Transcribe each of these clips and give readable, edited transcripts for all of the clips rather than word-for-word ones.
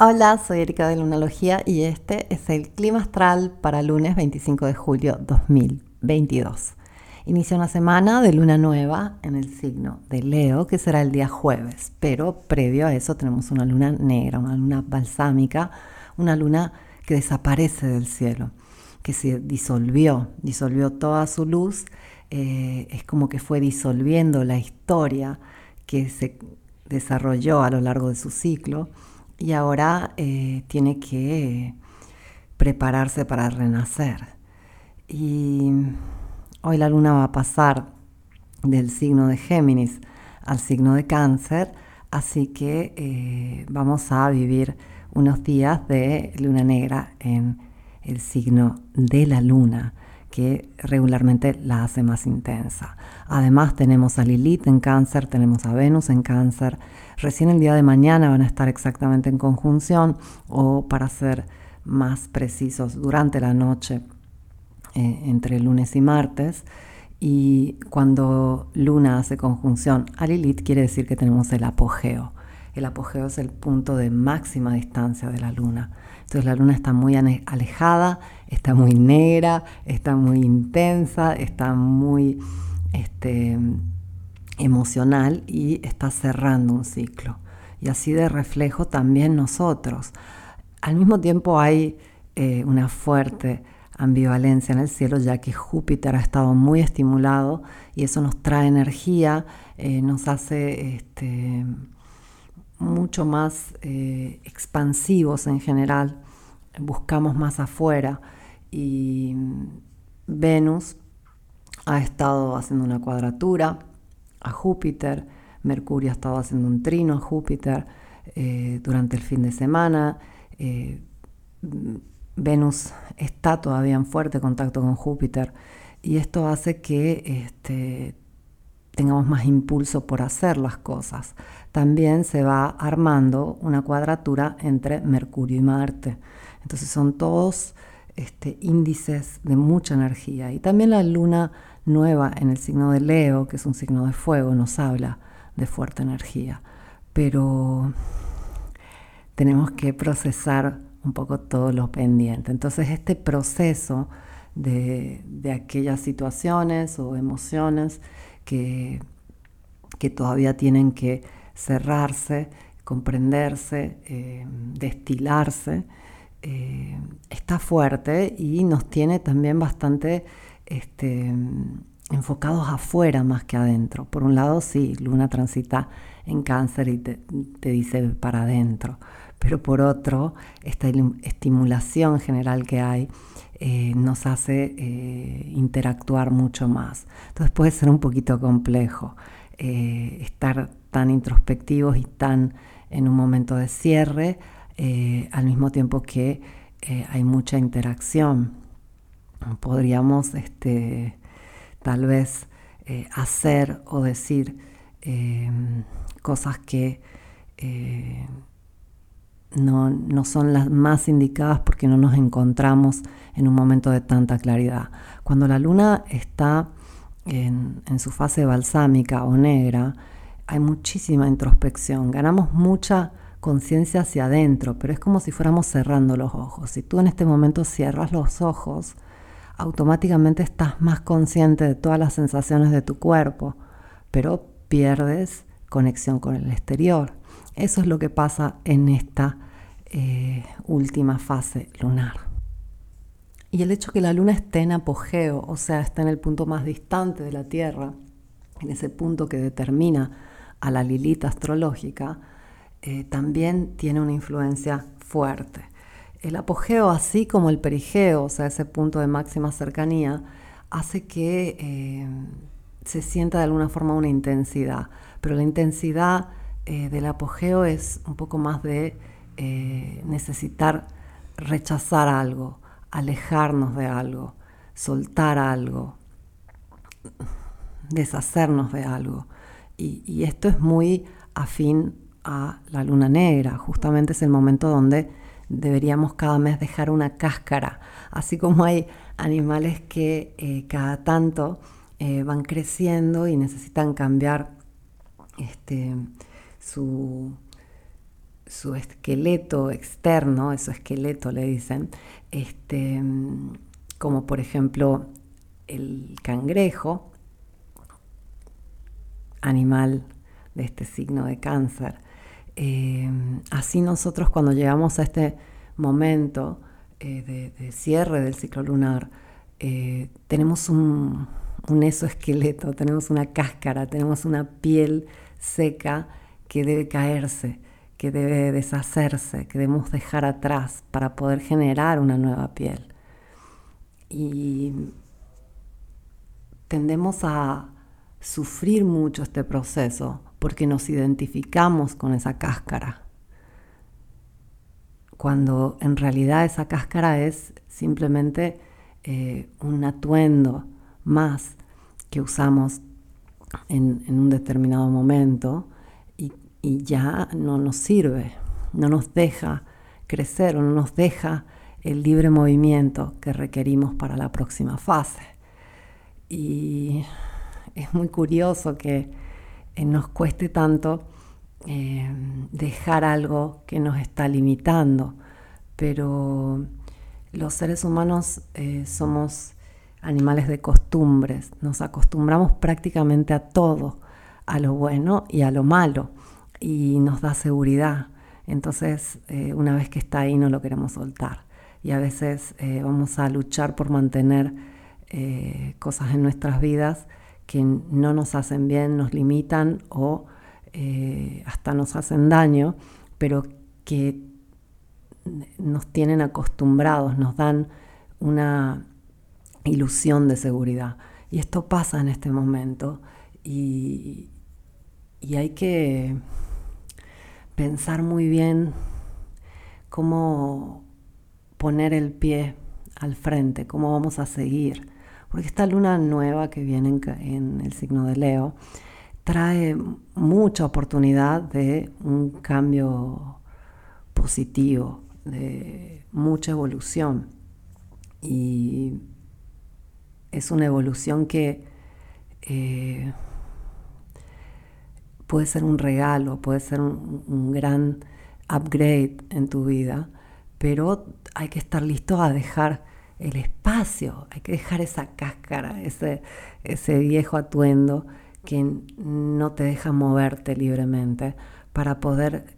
Hola, soy Erika de Lunalogía y este es el clima astral para lunes 25 de julio 2022. Inicia una semana de luna nueva en el signo de Leo, que será el día jueves, pero previo a eso tenemos una luna negra, una luna balsámica, una luna que desaparece del cielo, que se disolvió toda su luz, es como que fue disolviendo la historia que se desarrolló a lo largo de su ciclo y ahora tiene que prepararse para renacer. Y hoy la luna va a pasar del signo de Géminis al signo de Cáncer, así que vamos a vivir unos días de luna negra en el signo de la luna, que regularmente la hace más intensa. Además tenemos a Lilith en Cáncer, tenemos a Venus en Cáncer. Recién el día de mañana van a estar exactamente en conjunción, o para ser más precisos, durante la noche entre lunes y martes. Y cuando Luna hace conjunción a Lilith, quiere decir que tenemos el apogeo. El apogeo es el punto de máxima distancia de la Luna. Entonces la Luna está muy alejada, está muy negra, está muy intensa, está muy emocional y está cerrando un ciclo. Y así de reflejo también nosotros. Al mismo tiempo hay una fuerte ambivalencia en el cielo, ya que Júpiter ha estado muy estimulado y eso nos trae energía, nos hace mucho más expansivos en general, buscamos más afuera. Y Venus ha estado haciendo una cuadratura a Júpiter, Mercurio ha estado haciendo un trino a Júpiter durante el fin de semana. Venus está todavía en fuerte contacto con Júpiter y esto hace que tengamos más impulso por hacer las cosas. También se va armando una cuadratura entre Mercurio y Marte. Entonces son todos índices de mucha energía. Y también la luna nueva en el signo de Leo, que es un signo de fuego, nos habla de fuerte energía. Pero tenemos que procesar un poco todo lo pendiente. Entonces este proceso de aquellas situaciones o emociones que todavía tienen que cerrarse, comprenderse, destilarse, está fuerte y nos tiene también bastante enfocados afuera más que adentro. Por un lado, sí, Luna transita en Cáncer y te dice para adentro, pero por otro, esta estimulación general que hay nos hace interactuar mucho más. Entonces puede ser un poquito complejo estar tan introspectivos y tan en un momento de cierre, al mismo tiempo que hay mucha interacción. Podríamos tal vez hacer o decir cosas que no son las más indicadas porque no nos encontramos en un momento de tanta claridad. Cuando la luna está en su fase balsámica o negra, hay muchísima introspección, ganamos mucha conciencia hacia adentro, pero es como si fuéramos cerrando los ojos. Si tú en este momento cierras los ojos, automáticamente estás más consciente de todas las sensaciones de tu cuerpo, pero pierdes conexión con el exterior. Eso es lo que pasa en esta última fase lunar. Y el hecho que la luna esté en apogeo, o sea, está en el punto más distante de la Tierra, en ese punto que determina a la Lilith astrológica, también tiene una influencia fuerte. El apogeo, así como el perigeo, o sea, ese punto de máxima cercanía, hace que se sienta de alguna forma una intensidad, pero la intensidad del apogeo es un poco más de necesitar rechazar algo, alejarnos de algo, soltar algo, deshacernos de algo. Y esto es muy afín a la luna negra. Justamente es el momento donde deberíamos cada mes dejar una cáscara. Así como hay animales que cada tanto van creciendo y necesitan cambiar su su esqueleto externo, su esqueleto le dicen, como por ejemplo el cangrejo, animal de este signo de Cáncer. Así nosotros cuando llegamos a este momento de cierre del ciclo lunar, tenemos un exoesqueleto, tenemos una cáscara, tenemos una piel seca que debe caerse, que debe deshacerse, que debemos dejar atrás para poder generar una nueva piel. Y tendemos a sufrir mucho este proceso porque nos identificamos con esa cáscara, cuando en realidad esa cáscara es simplemente un atuendo más que usamos en un determinado momento y ya no nos sirve, no nos deja crecer o no nos deja el libre movimiento que requerimos para la próxima fase. Y es muy curioso que nos cueste tanto dejar algo que nos está limitando, pero los seres humanos somos animales de costumbres, nos acostumbramos prácticamente a todo, a lo bueno y a lo malo, y nos da seguridad. Entonces, una vez que está ahí no lo queremos soltar, y a veces vamos a luchar por mantener cosas en nuestras vidas que no nos hacen bien, nos limitan o hasta nos hacen daño, pero que nos tienen acostumbrados, nos dan una ilusión de seguridad. Y esto pasa en este momento y hay que pensar muy bien cómo poner el pie al frente, cómo vamos a seguir. Porque esta luna nueva que viene en el signo de Leo trae mucha oportunidad de un cambio positivo, de mucha evolución. Y es una evolución que puede ser un regalo, puede ser un gran upgrade en tu vida, pero hay que estar listo a dejar el espacio, hay que dejar esa cáscara, ese viejo atuendo que no te deja moverte libremente para poder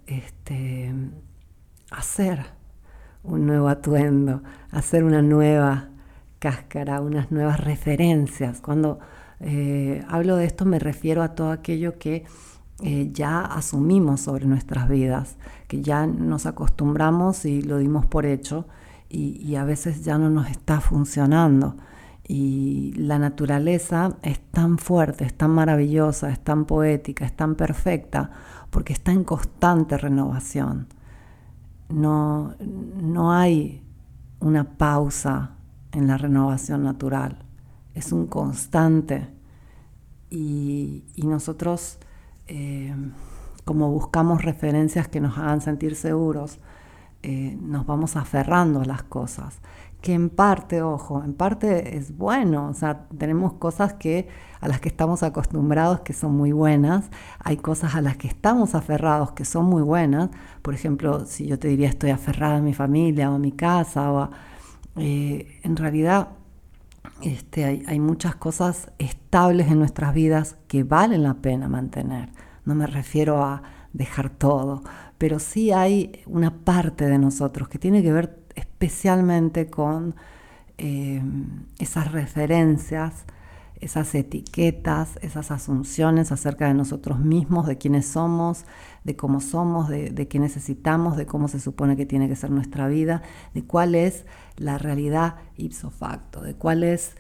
hacer un nuevo atuendo, hacer una nueva cáscara, unas nuevas referencias. Cuando hablo de esto me refiero a todo aquello que ya asumimos sobre nuestras vidas, que ya nos acostumbramos y lo dimos por hecho y a veces ya no nos está funcionando. Y la naturaleza es tan fuerte, es tan maravillosa, es tan poética, es tan perfecta, porque está en constante renovación. No hay una pausa en la renovación natural, es un constante. Y nosotros, como buscamos referencias que nos hagan sentir seguros, nos vamos aferrando a las cosas, que en parte, ojo, en parte es bueno, o sea, tenemos cosas a las que estamos acostumbrados que son muy buenas, hay cosas a las que estamos aferrados que son muy buenas. Por ejemplo, si yo te diría estoy aferrada a mi familia o a mi casa, en realidad hay muchas cosas estables en nuestras vidas que valen la pena mantener. No me refiero a dejar todo, pero sí hay una parte de nosotros que tiene que ver especialmente con esas referencias, esas etiquetas, esas asunciones acerca de nosotros mismos, de quiénes somos, de cómo somos, de qué necesitamos, de cómo se supone que tiene que ser nuestra vida, de cuál es la realidad ipso facto, de cuál es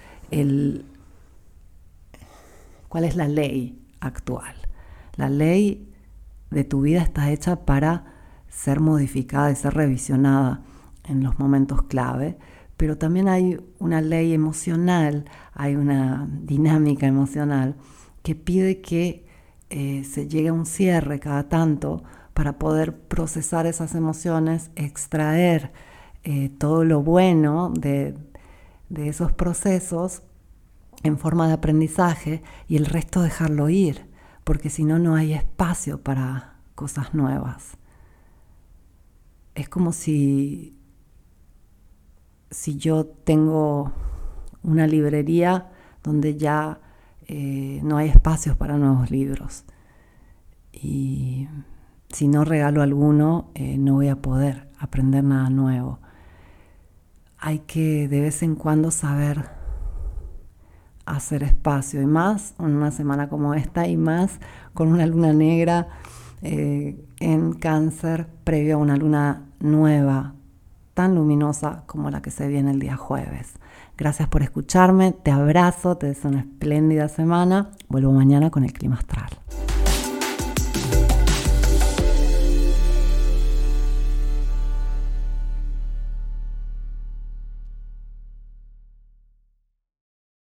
la ley actual. La ley de tu vida está hecha para ser modificada y ser revisionada en los momentos clave, pero también hay una ley emocional, hay una dinámica emocional que pide que se llegue a un cierre cada tanto para poder procesar esas emociones, extraer todo lo bueno de esos procesos en forma de aprendizaje y el resto dejarlo ir, porque si no, no hay espacio para cosas nuevas. es como si yo tengo una librería donde ya no hay espacios para nuevos libros. Y si no regalo alguno, no voy a poder aprender nada nuevo. Hay que de vez en cuando saber hacer espacio, y más en una semana como esta, y más con una luna negra en Cáncer, previo a una luna nueva tan luminosa como la que se viene el día jueves. Gracias por escucharme, te abrazo, te deseo una espléndida semana. Vuelvo mañana con el clima astral.